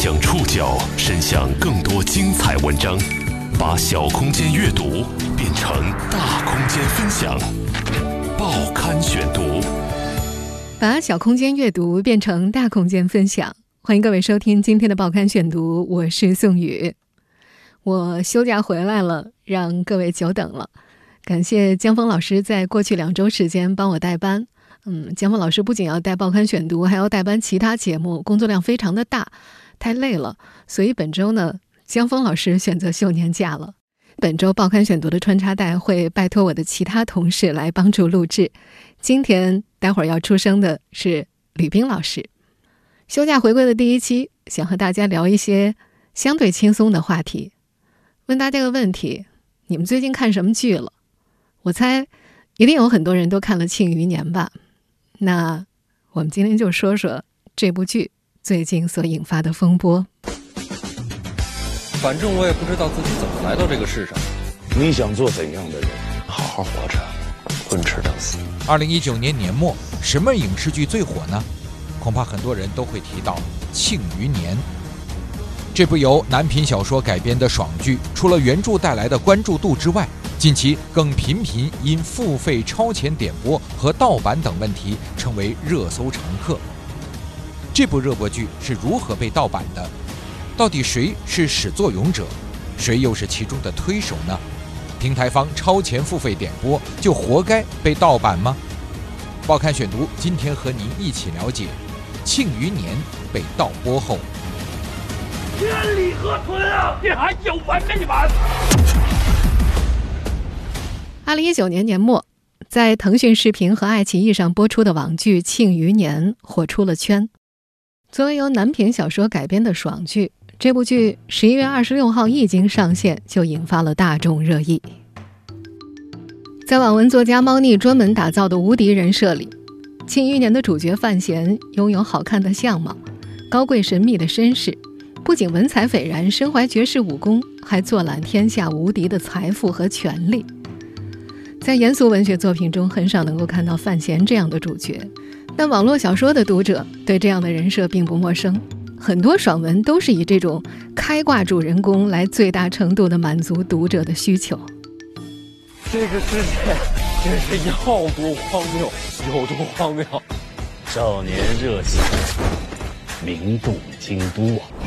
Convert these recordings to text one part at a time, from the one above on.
将触角伸向更多精彩文章，把小空间阅读变成大空间分享。报刊选读， 把小空间阅读变成大空间分享。欢迎各位收听今天的报刊选读，我是宋宇。我休假回来了，让各位久等了。感谢江峰老师在过去2周时间帮我代班。江峰老师不仅要带报刊选读，还要代班其他节目，工作量非常的大，太累了。所以本周呢，江峰老师选择休年假了。本周报刊选读的穿插带会拜托我的其他同事来帮助录制。今天待会儿要出声的是吕冰老师。休假回归的第一期，想和大家聊一些相对轻松的话题。问大家个问题，你们最近看什么剧了？我猜一定有很多人都看了《庆余年》吧。那我们今天就说说这部剧最近所引发的风波。 反正我也不知道自己怎么来到这个世上。 你想做怎样的人？好好活着，混吃等死。 2019年年末，什么影视剧最火呢？恐怕很多人都会提到《庆余年》。这部由男频小说改编的爽剧，除了原著带来的关注度之外，近期更频频因付费超前点播和盗版等问题成为热搜常客。这部热播剧是如何被盗版的？到底谁是始作俑者？谁又是其中的推手呢？平台方超前付费点播就活该被盗版吗？报刊选读今天和您一起了解《庆余年》被盗播后。 天理何存啊！你还有完没完 ？2019年年末，在腾讯视频和爱奇艺上播出的网剧《庆余年》火出了圈。作为由男频小说改编的爽剧，这部剧11月26号一经上线，就引发了大众热议。在网文作家猫腻专门打造的无敌人设里，《庆余年》的主角范闲拥有好看的相貌、高贵神秘的身世，不仅文采斐然，身怀绝世武功，还坐揽天下无敌的财富和权力。在严肃文学作品中，很少能够看到范闲这样的主角，但网络小说的读者对这样的人设并不陌生。很多爽文都是以这种开挂主人公来最大程度地满足读者的需求。 这个世界真是要多荒谬有多荒谬。 少年热血，名动京都啊！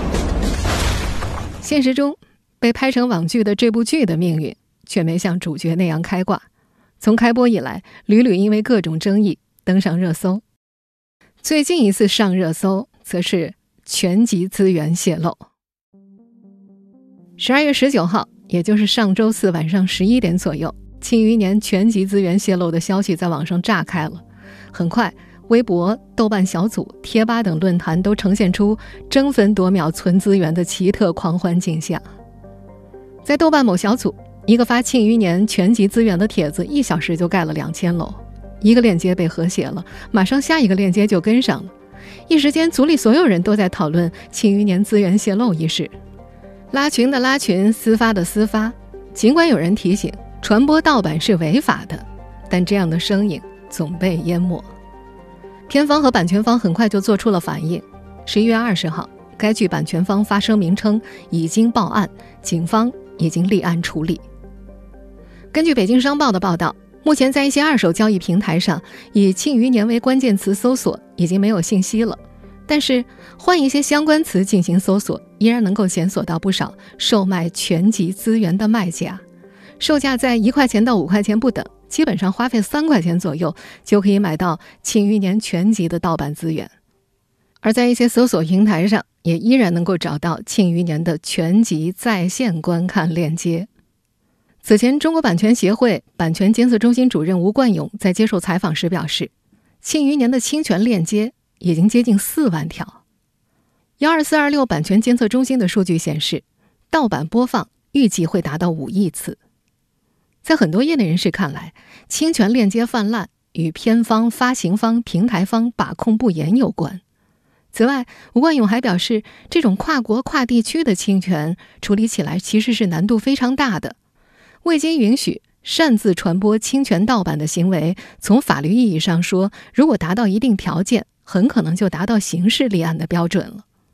现实中，被拍成网剧的这部剧的命运却没像主角那样开挂。从开播以来，屡屡因为各种争议登上热搜。最近一次上热搜，则是全集资源泄露。12月19号，也就是上周四晚上11点左右，《庆余年》全集资源泄露的消息在网上炸开了。很快，微博、豆瓣小组、贴吧等论坛都呈现出争分夺秒存资源的奇特狂欢景象。在豆瓣某小组，一个发《庆余年》全集资源的帖子1小时就盖了2000楼，一个链接被和谐了，马上下一个链接就跟上了。一时间，组里所有人都在讨论《庆余年》资源泄露一事。拉群的拉群，私发的私发。尽管有人提醒传播盗版是违法的，但这样的声音总被淹没。片方和版权方很快就做出了反应。11月20号，该剧版权方发声明称已经报案，警方已经立案处理。根据北京商报的报道，目前在一些二手交易平台上，以庆余年为关键词搜索已经没有信息了，但是换一些相关词进行搜索，依然能够检索到不少售卖全集资源的卖家，售价在1块钱到5块钱不等，基本上花费3块钱左右就可以买到庆余年全集的盗版资源。而在一些搜索平台上，也依然能够找到庆余年的全集在线观看链接。此前，中国版权协会版权监测中心主任吴冠勇在接受采访时表示，庆余年的侵权链接已经接近4万条。12426版权监测中心的数据显示，盗版播放预计会达到5亿次。在很多业内人士看来，侵权链接泛滥与片方、发行方、平台方把控不严有关。此外，吴冠勇还表示，这种跨国跨地区的侵权处理起来其实是难度非常大的。未经允许擅自传播侵权盗版的行为，从法律意义上说，如果达到一定条件，很可能就达到刑事立案的标准了。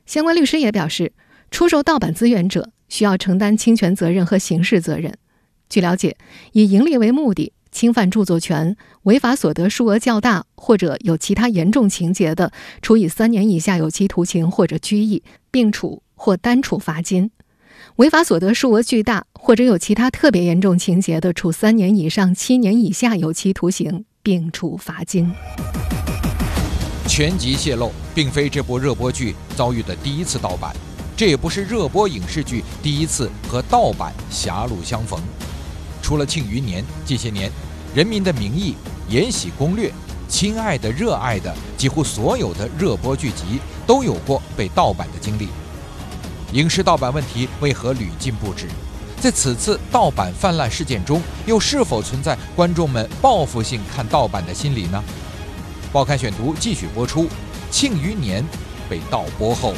相关律师也表示，出售盗版资源者需要承担侵权责任和刑事责任。据了解，以盈利为目的、侵犯著作权、违法所得数额较大或者有其他严重情节的，处以3年以下有期徒刑或者拘役，并处或单处罚金；违法所得数额巨大或者有其他特别严重情节的，处3年以上7年以下有期徒刑，并处罚金。 全集泄露并非这部热播剧遭遇的第一次盗版，这也不是热播影视剧第一次和盗版狭路相逢。除了《庆余年》，近些年《人民的名义》、《延禧攻略》、《亲爱的热爱的》几乎所有的热播剧集都有过被盗版的经历。影视盗版问题为何屡禁不止？在此次盗版泛滥事件中，又是否存在观众们报复性看盗版的心理呢？报刊选读继续播出，《庆余年》被盗播后。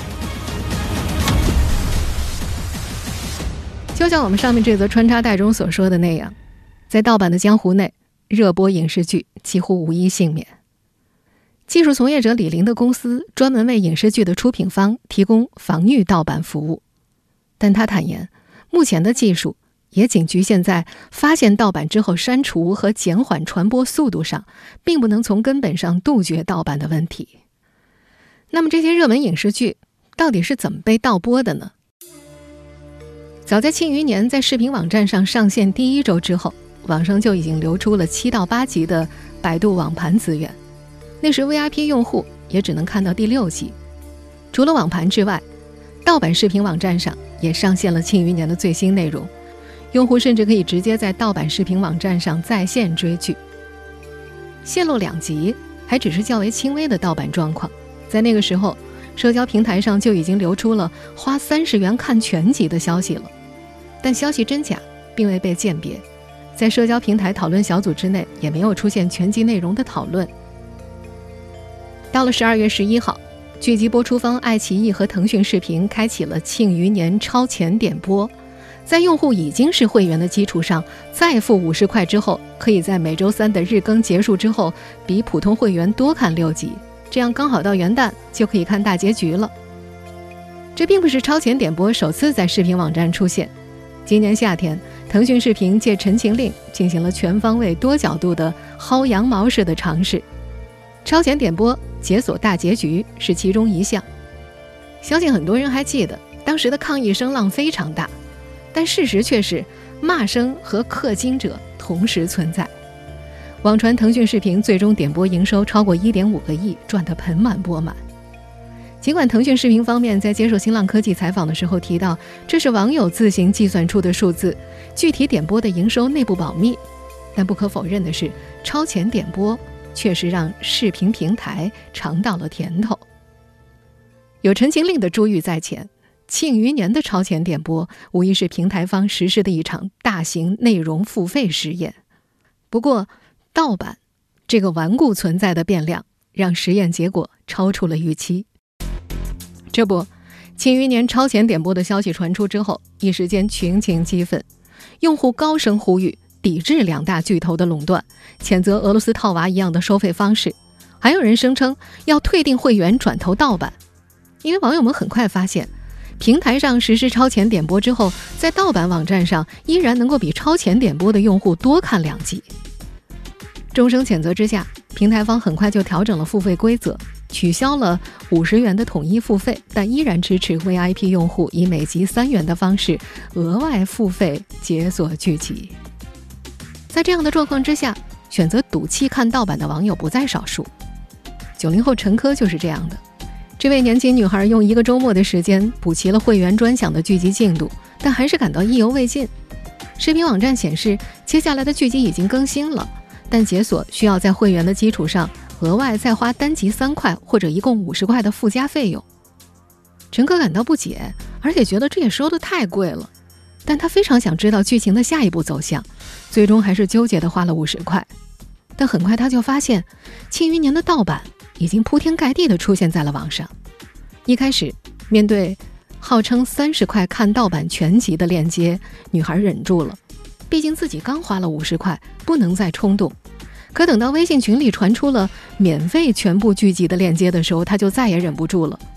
就像我们上面这则穿插带中所说的那样，在盗版的江湖内，热播影视剧几乎无一幸免。技术从业者李林的公司专门为影视剧的出品方提供防御盗版服务，但他坦言，目前的技术也仅局限在发现盗版之后删除和减缓传播速度上，并不能从根本上杜绝盗版的问题。那么这些热门影视剧到底是怎么被盗播的呢？早在《庆余年》在视频网站上上线第1周之后，网上就已经流出了7到8集的百度网盘资源，那时 VIP 用户也只能看到第6集。除了网盘之外，盗版视频网站上也上线了《庆余年》的最新内容，用户甚至可以直接在盗版视频网站上在线追剧。泄露2集还只是较为轻微的盗版状况，在那个时候，社交平台上就已经流出了花30元看全集的消息了。但消息真假并未被鉴别，在社交平台讨论小组之内也没有出现全集内容的讨论。到了12月11号，剧集播出方爱奇艺和腾讯视频开启了《庆余年》超前点播，在用户已经是会员的基础上，再付50块之后，可以在每周3的日更结束之后，比普通会员多看6集，这样刚好到元旦就可以看大结局了。这并不是超前点播首次在视频网站出现，今年夏天，腾讯视频借《陈情令》进行了全方位多角度的薅羊毛式的尝试，超前点播解锁大结局是其中一项。相信很多人还记得当时的抗议声浪非常大，但事实却是骂声和氪金者同时存在。网传腾讯视频最终点播营收超过 1.5个亿，赚得盆满钵满。尽管腾讯视频方面在接受新浪科技采访的时候提到，这是网友自行计算出的数字，具体点播的营收内部保密，但不可否认的是，超前点播确实让视频平台尝到了甜头。有陈情令的珠玉在前，庆余年的超前点播无疑是平台方实施的一场大型内容付费实验。不过，盗版这个顽固存在的变量，让实验结果超出了预期。这不，庆余年超前点播的消息传出之后，一时间群情激愤，用户高声呼吁抵制2大巨头的垄断，谴责俄罗斯套娃一样的收费方式，还有人声称要退订会员转投盗版。因为网友们很快发现，平台上实施超前点播之后，在盗版网站上依然能够比超前点播的用户多看2集。众声谴责之下，平台方很快就调整了付费规则，取消了50元的统一付费，但依然支持 VIP 用户以每集3元的方式额外付费解锁剧集。在这样的状况之下，选择赌气看盗版的网友不在少数。90后陈珂就是这样的。这位年轻女孩用1个周末的时间补齐了会员专享的剧集进度，但还是感到意犹未尽。视频网站显示，接下来的剧集已经更新了，但解锁需要在会员的基础上额外再花单集3块或者一共50块的附加费用。陈珂感到不解，而且觉得这也收得太贵了，但他非常想知道剧情的下一步走向，最终还是纠结地花了50块。但很快他就发现，庆余年的盗版已经铺天盖地地出现在了网上。一开始，面对号称30块看盗版全集的链接，女孩忍住了，毕竟自己刚花了50块，不能再冲动。可等到微信群里传出了免费全部剧集的链接的时候，她就再也忍不住了。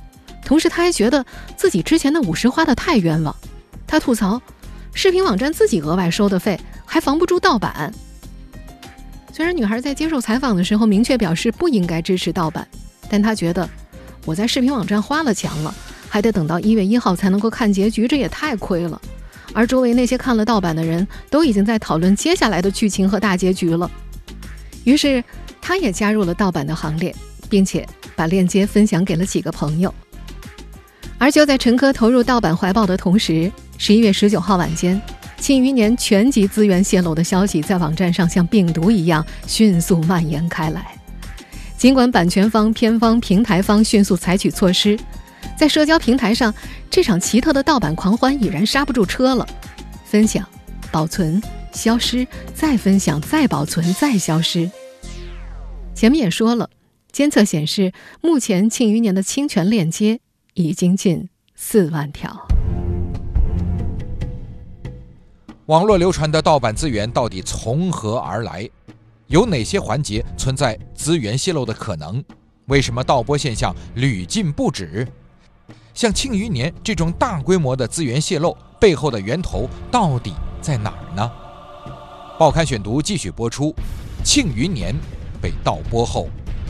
同时他还觉得自己之前的50花得太冤枉。他吐槽视频网站自己额外收的费还防不住盗版。虽然女孩在接受采访的时候明确表示不应该支持盗版，但她觉得我在视频网站花了钱了，还得等到1月1号才能够看结局，这也太亏了。而周围那些看了盗版的人都已经在讨论接下来的剧情和大结局了。于是她也加入了盗版的行列，并且把链接分享给了几个朋友。而就在陈珂投入盗版怀抱的同时，11月19号晚间，庆余年全集资源泄露的消息在网站上像病毒一样迅速蔓延开来。尽管版权方、片方、平台方迅速采取措施，在社交平台上，这场奇特的盗版狂欢已然刹不住车了。分享、保存、消失，再分享、再保存、再消失。前面也说了，监测显示，目前庆余年的侵权链接已经近4万条。 网络流传的盗版资源到底从何而来？有哪些环节存在资源泄露的可能？为什么盗播现象屡禁不止？像庆余年这种大规模的资源泄露背后的源头到底在哪儿呢？报刊选读继续播出，庆余年被盗播后。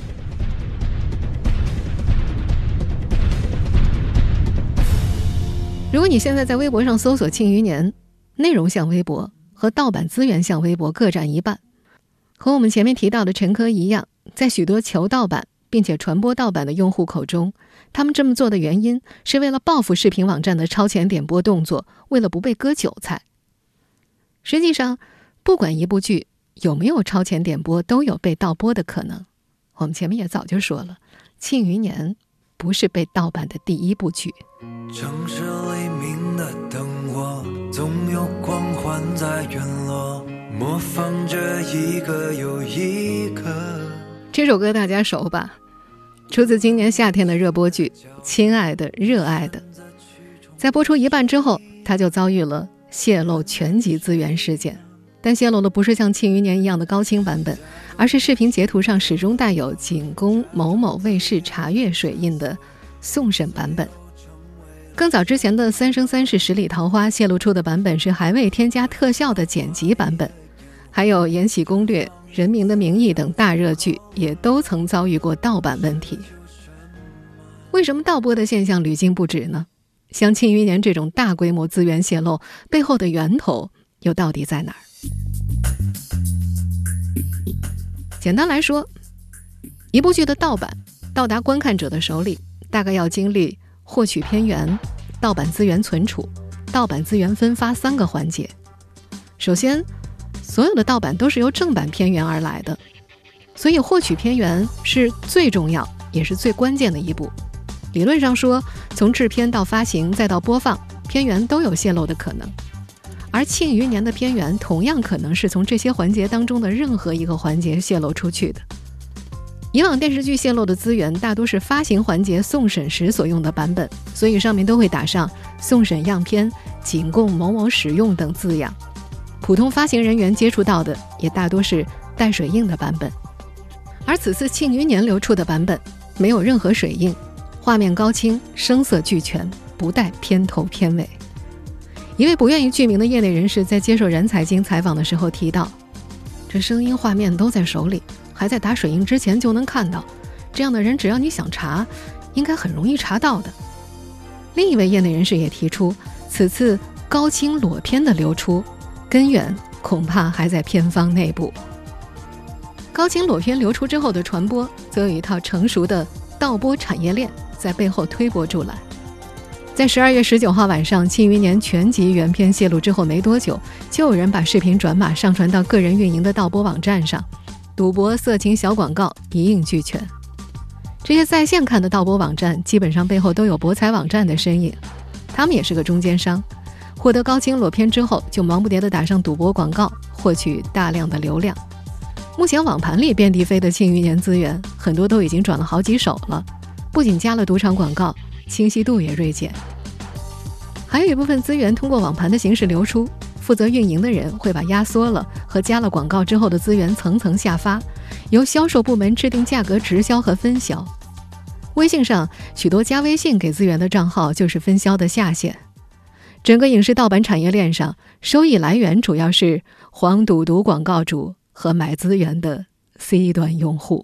如果你现在在微博上搜索庆余年，内容像微博和盗版资源像微博各占一半。和我们前面提到的陈珂一样，在许多求盗版并且传播盗版的用户口中，他们这么做的原因是为了报复视频网站的超前点播动作，为了不被割韭菜。实际上，不管一部剧有没有超前点播，都有被盗播的可能。我们前面也早就说了，庆余年不是被盗版的第一部剧。 城市黎明的灯火，总有光环在陨落，模仿着一个又一个。 这首歌大家熟吧？出自今年夏天的热播剧《亲爱的热爱的》。在播出一半之后，它就遭遇了泄露全集资源事件。但泄露的不是像庆余年一样的高清版本，而是视频截图上始终带有仅供某某卫视查阅水印的送审版本。更早之前的《三生三世十里桃花》泄露出的版本是还未添加特效的剪辑版本，还有《延禧攻略》《人民的名义》等大热剧也都曾遭遇过盗版问题。为什么盗播的现象屡禁不止呢？像庆余年这种大规模资源泄露背后的源头又到底在哪儿？简单来说，一部剧的盗版到达观看者的手里，大概要经历获取片源、盗版资源存储、盗版资源分发3个环节。首先，所有的盗版都是由正版片源而来的，所以获取片源是最重要也是最关键的一步。理论上说，从制片到发行再到播放，片源都有泄露的可能。而庆余年的片源同样可能是从这些环节当中的任何一个环节泄露出去的。以往电视剧泄露的资源大多是发行环节送审时所用的版本，所以上面都会打上送审样片、仅供某某使用等字样。普通发行人员接触到的也大多是带水印的版本。而此次庆余年流出的版本没有任何水印，画面高清，声色俱全，不带片头片尾。一位不愿意具名的业内人士在接受人财经采访的时候提到，这声音画面都在手里，还在打水印之前就能看到，这样的人只要你想查，应该很容易查到的。另一位业内人士也提出，此次高清裸片的流出，根源恐怕还在片方内部。高清裸片流出之后的传播，则有一套成熟的盗播产业链在背后推波助澜。在12月19号晚上，庆余年全集原片泄露之后没多久，就有人把视频转码上传到个人运营的盗播网站上，赌博、色情小广告一应俱全。这些在线看的盗播网站基本上背后都有博彩网站的身影，他们也是个中间商，获得高清裸片之后就忙不迭地打上赌博广告，获取大量的流量。目前网盘里遍地飞的庆余年资源，很多都已经转了好几手了，不仅加了赌场广告，清晰度也锐减。还有一部分资源通过网盘的形式流出，负责运营的人会把压缩了和加了广告之后的资源层层下发，由销售部门制定价格直销和分销。 微信上许多加微信给资源的账号就是分销的下线。整个影视盗版产业链上，收益来源主要是黄赌毒广告主和买资源的 C 端用户。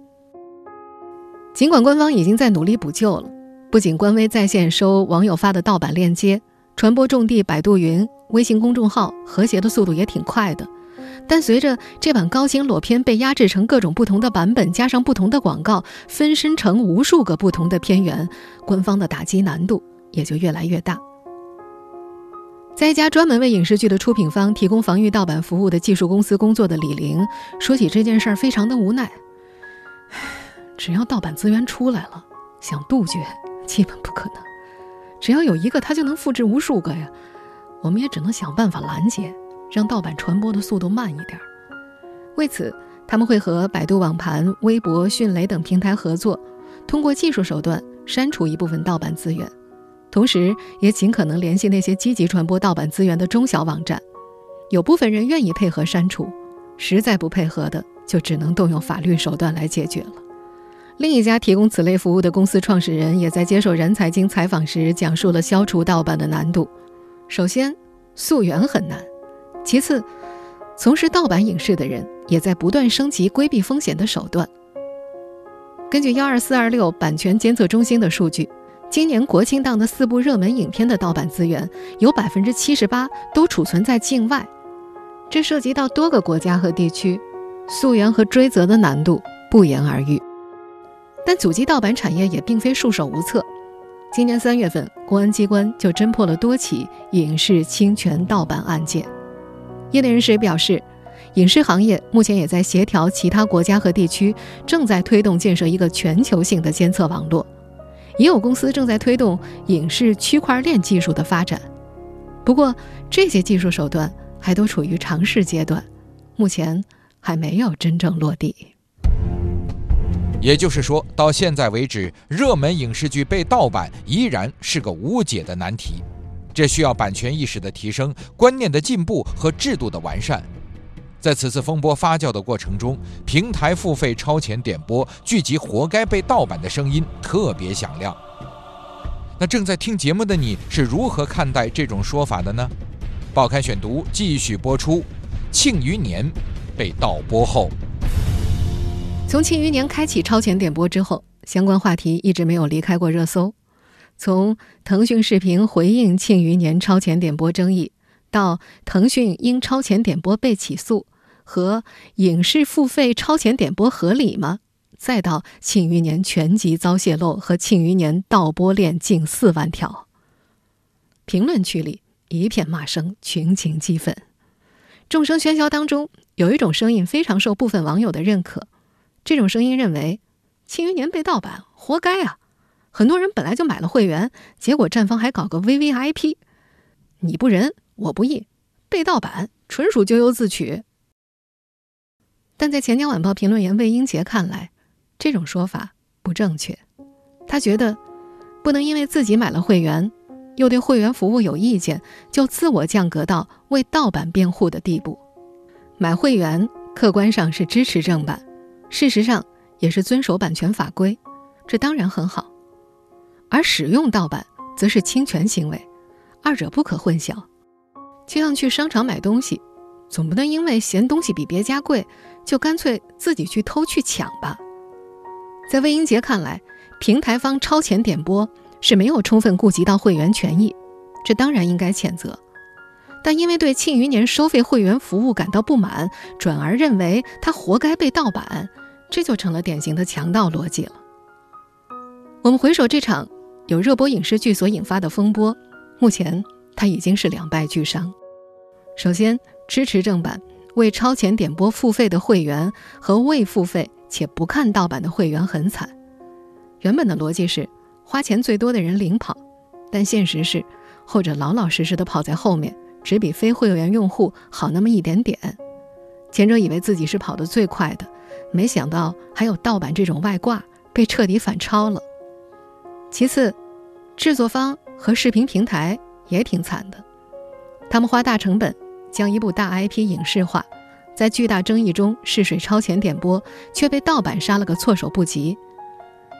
尽管官方已经在努力补救了，不仅官微在线收网友发的盗版链接，传播种地百度云、微信公众号和谐的速度也挺快的，但随着这版高清裸片被压制成各种不同的版本，加上不同的广告，分身成无数个不同的片源，官方的打击难度也就越来越大。在一家专门为影视剧的出品方提供防御盗版服务的技术公司工作的李玲说起这件事儿非常的无奈，只要盗版资源出来了，想杜绝基本不可能，只要有一个它就能复制无数个呀，我们也只能想办法拦截，让盗版传播的速度慢一点。为此他们会和百度网盘、微博、迅雷等平台合作，通过技术手段删除一部分盗版资源，同时也尽可能联系那些积极传播盗版资源的中小网站。有部分人愿意配合删除，实在不配合的就只能动用法律手段来解决了。另一家提供此类服务的公司创始人也在接受人财经采访时讲述了消除盗版的难度。首先，溯源很难；其次，从事盗版影视的人也在不断升级规避风险的手段。根据12426版权监测中心的数据，今年国庆档的4部热门影片的盗版资源有 78% 都储存在境外，这涉及到多个国家和地区，溯源和追责的难度不言而喻。但阻击盗版产业也并非束手无策。今年3月份，公安机关就侦破了多起影视侵权盗版案件。业内人士也表示，影视行业目前也在协调其他国家和地区，正在推动建设一个全球性的监测网络。也有公司正在推动影视区块链技术的发展。不过，这些技术手段还都处于尝试阶段，目前还没有真正落地。 也就是说，到现在为止，热门影视剧被盗版依然是个无解的难题。这需要版权意识的提升、观念的进步和制度的完善。在此次风波发酵的过程中，平台付费超前点播聚集活该被盗版的声音特别响亮。那正在听节目的你是如何看待这种说法的呢？报刊选读继续播出，庆余年被盗播后。 从庆余年开启超前点播之后，相关话题一直没有离开过热搜。从腾讯视频回应庆余年超前点播争议，到腾讯因超前点播被起诉，和影视付费超前点播合理吗？再到庆余年全集遭泄露和庆余年盗播链近4万条，评论区里一片骂声，群情激愤。众声喧嚣当中，有一种声音非常受部分网友的认可。这种声音认为，庆余年被盗版活该啊！很多人本来就买了会员，结果站方还搞个 VVIP， 你不仁我不义，被盗版纯属咎由自取。但在钱江晚报评论员魏英杰看来，这种说法不正确。他觉得不能因为自己买了会员，又对会员服务有意见，就自我降格到为盗版辩护的地步。买会员客观上是支持正版，事实上也是遵守版权法规，这当然很好。而使用盗版则是侵权行为，二者不可混淆。就像去商场买东西，总不能因为嫌东西比别家贵，就干脆自己去偷去抢吧。在魏英杰看来，平台方超前点播是没有充分顾及到会员权益，这当然应该谴责。但因为对庆余年收费会员服务感到不满，转而认为他活该被盗版，这就成了典型的强盗逻辑了。我们回首这场有热播影视剧所引发的风波，目前它已经是两败俱伤。首先，支持正版为超前点播付费的会员和未付费且不看盗版的会员很惨。原本的逻辑是花钱最多的人领跑，但现实是后者老老实实的跑在后面，只比非会员用户好那么一点点。前者以为自己是跑得最快的，没想到还有盗版这种外挂，被彻底反超了。其次，制作方和视频平台也挺惨的，他们花大成本将一部大 IP 影视化，在巨大争议中试水超前点播，却被盗版杀了个措手不及。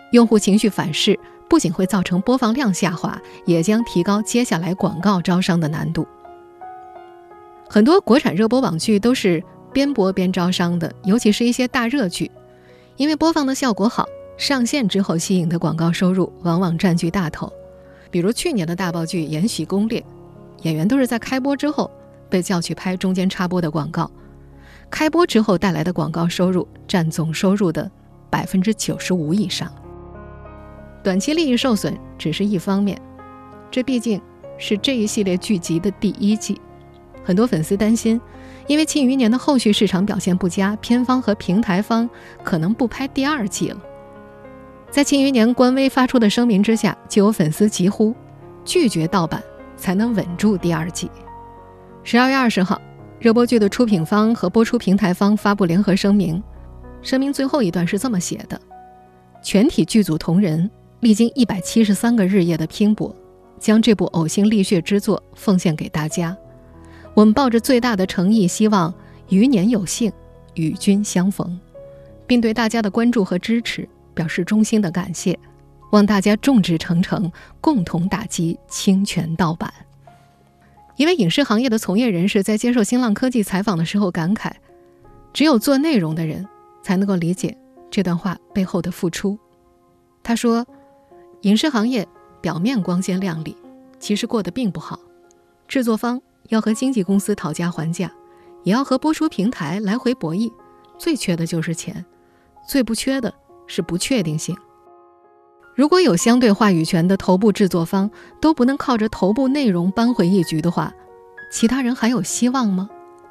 用户情绪反噬不仅会造成播放量下滑，也将提高接下来广告招商的难度。很多国产热播网剧都是边播边招商的，尤其是一些大热剧，因为播放的效果好，上线之后吸引的广告收入往往占据大头。比如去年的大爆剧《延禧攻略》，演员都是在开播之后被叫去拍中间插播的广告，开播之后带来的广告收入占总收入的95%以上。短期利益受损只是一方面，这毕竟是这一系列剧集的第一季，很多粉丝担心，因为《庆余年》的后续市场表现不佳，片方和平台方可能不拍第二季了。在《庆余年》官微发出的声明之下，就有粉丝疾呼拒绝盗版才能稳住第二季。12月20号，热播剧的出品方和播出平台方发布联合声明，声明最后一段是这么写的：全体剧组同仁历经173个日夜的拼搏，将这部呕心沥血之作奉献给大家。我们抱着最大的诚意，希望余年有幸与君相逢，并对大家的关注和支持表示衷心的感谢，望大家众志成城，共同打击侵权盗版。一位影视行业的从业人士在接受新浪科技采访的时候感慨，只有做内容的人才能够理解这段话背后的付出。他说，影视行业表面光鲜亮丽，其实过得并不好。制作方要和经纪公司讨价还价，也要和播出平台来回博弈，最缺的就是钱，最不缺的是不确定性。如果有相对话语权的头部制作方都不能靠着头部内容扳回一局的话，其他人还有希望吗？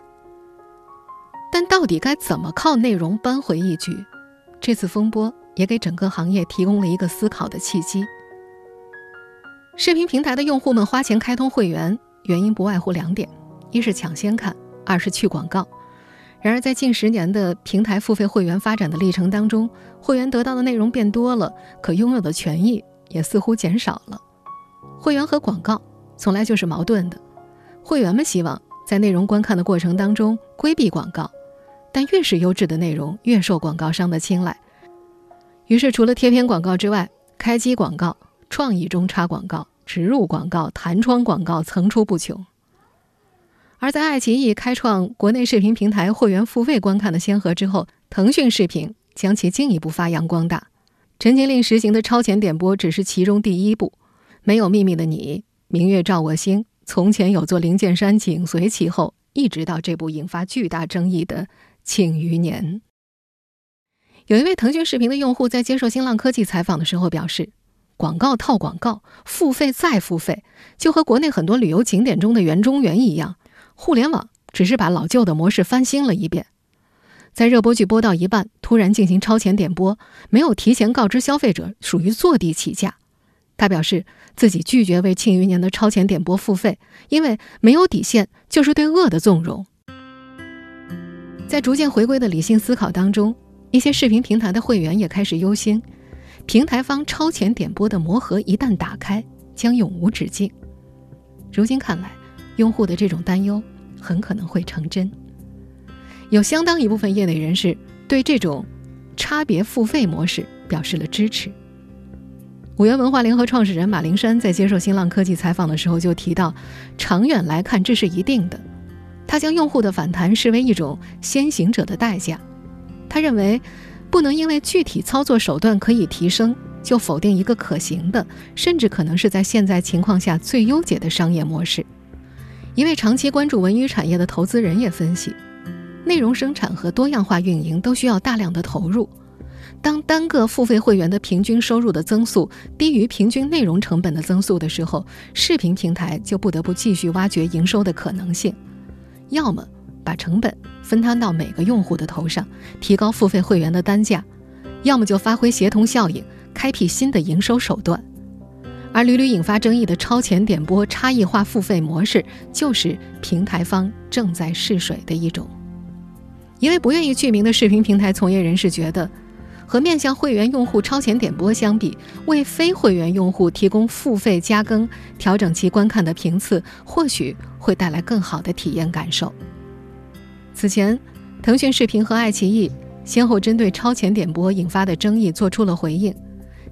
但到底该怎么靠内容扳回一局？这次风波也给整个行业提供了一个思考的契机。视频平台的用户们花钱开通会员，原因不外乎2点，一是抢先看，二是去广告。然而在近10年的平台付费会员发展的历程当中，会员得到的内容变多了，可拥有的权益也似乎减少了。会员和广告从来就是矛盾的，会员们希望在内容观看的过程当中规避广告，但越是优质的内容越受广告商的青睐。于是除了贴片广告之外，开机广告、创意中插广告、植入广告、弹窗广告层出不穷。而在爱奇艺开创国内视频平台会员付费观看的先河之后，腾讯视频将其进一步发扬光大。陈情令实行的超前点播只是其中第一步，没有秘密的你、明月照我心、从前有座灵剑山紧随其后，一直到这部引发巨大争议的《庆余年》。有一位腾讯视频的用户在接受新浪科技采访的时候表示，广告套广告，付费再付费，就和国内很多旅游景点中的园中园一样，互联网只是把老旧的模式翻新了一遍。在热播剧播到一半突然进行超前点播，没有提前告知消费者，属于坐地起价。他表示自己拒绝为《庆余年》的超前点播付费，因为没有底线就是对恶的纵容。在逐渐回归的理性思考当中，一些视频平台的会员也开始忧心，平台方超前点播的魔盒一旦打开，将永无止境。如今看来，用户的这种担忧很可能会成真。有相当一部分业内人士对这种差别付费模式表示了支持。五元文化联合创始人马灵山在接受新浪科技采访的时候就提到，长远来看这是一定的。他将用户的反弹视为一种先行者的代价。他认为不能因为具体操作手段可以提升，就否定一个可行的，甚至可能是在现在情况下最优解的商业模式。一位长期关注文娱产业的投资人也分析，内容生产和多样化运营都需要大量的投入。当单个付费会员的平均收入的增速低于平均内容成本的增速的时候，视频平台就不得不继续挖掘营收的可能性，要么把成本分摊到每个用户的头上，提高付费会员的单价，要么就发挥协同效应，开辟新的营收手段。而屡屡引发争议的超前点播差异化付费模式，就是平台方正在试水的一种。一位不愿意具名的视频平台从业人士觉得，和面向会员用户超前点播相比，为非会员用户提供付费加更，调整其观看的频次，或许会带来更好的体验感受。此前，腾讯视频和爱奇艺先后针对超前点播引发的争议做出了回应。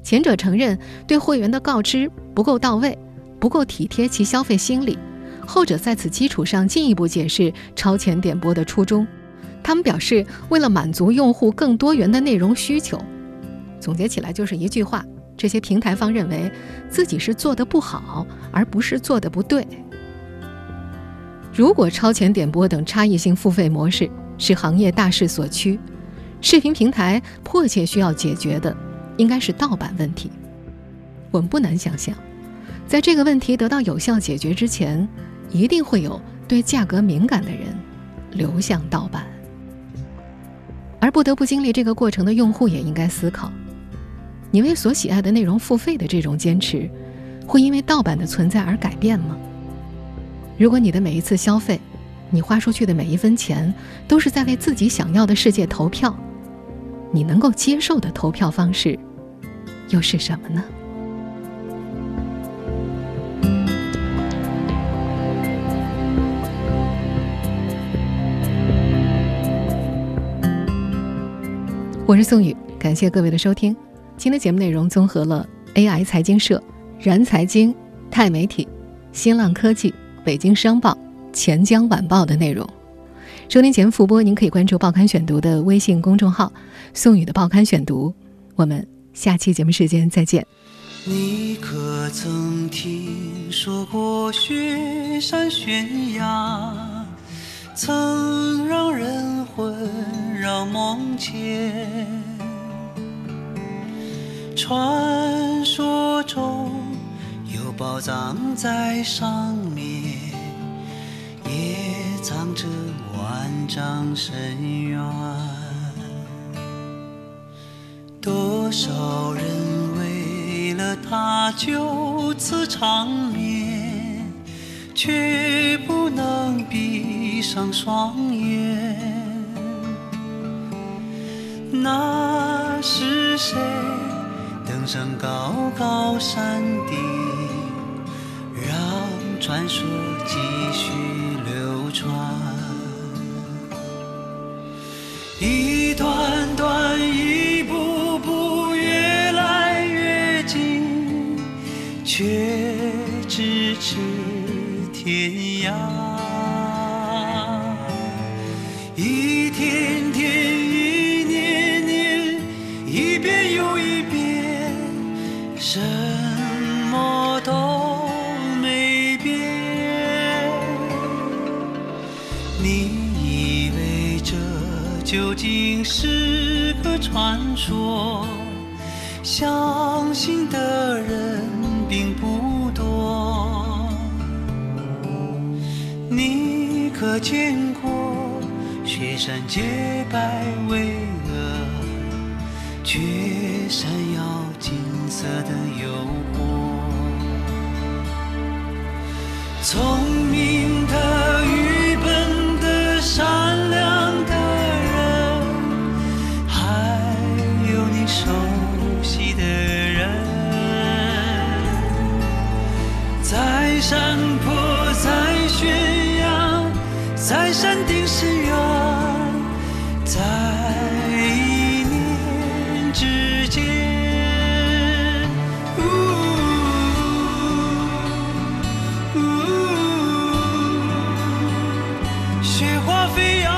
前者承认对会员的告知不够到位，不够体贴其消费心理，后者在此基础上进一步解释超前点播的初衷。他们表示，为了满足用户更多元的内容需求。总结起来就是一句话，这些平台方认为自己是做得不好，而不是做得不对。如果超前点播等差异性付费模式是行业大势所趋，视频平台迫切需要解决的应该是盗版问题。我们不难想象，在这个问题得到有效解决之前，一定会有对价格敏感的人流向盗版。而不得不经历这个过程的用户也应该思考，你为所喜爱的内容付费的这种坚持，会因为盗版的存在而改变吗？如果你的每一次消费，你花出去的每一分钱，都是在为自己想要的世界投票，你能够接受的投票方式又是什么呢？我是宋宇，感谢各位的收听。今天节目内容综合了 AI 财经社、燃财经、钛媒体、新浪科技、北京商报、钱江晚报的内容。收听前复播，您可以关注报刊选读的微信公众号宋宇的报刊选读。我们下期节目时间再见。 你可曾听说过雪山悬崖，曾让人魂绕梦牵？传说中有宝藏在上面，也藏着万丈深渊。多少人为了它就此长眠，却不能闭上双眼。那是谁登上高高山顶，让传说继续流传？一段段一步步越来越近，却咫尺天涯。一天天一年年，一遍又一遍，什么都没变。你以为这究竟是个传说？相信的人并不多。你可见过雪山洁白巍峨，却闪耀金色的诱惑？聪明的、愚笨的、善良的人，还有你熟悉的人，在山坡，在悬崖，在山顶深渊，在一念之间。雪花飞扬，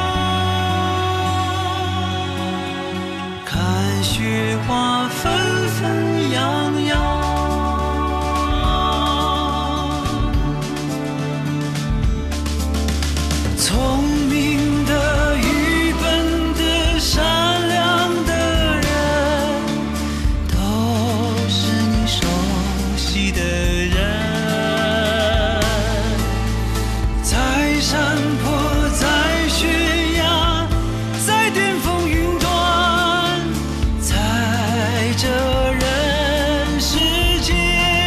看雪花纷纷扬扬。聪明的、愚笨的、善良的人，都是你熟悉的人。在山坡，在悬崖，在巅峰云端，在这人世间。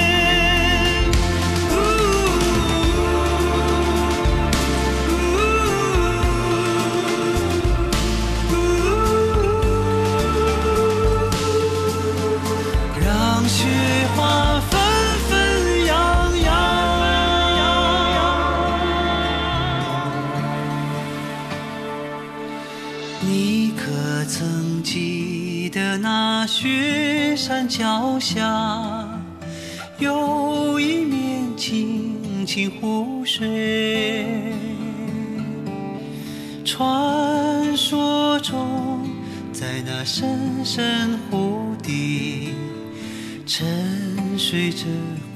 让雪花纷纷扬扬。你可曾记得那雪山山脚下有一面清清湖水，传说中在那深深湖底沉睡着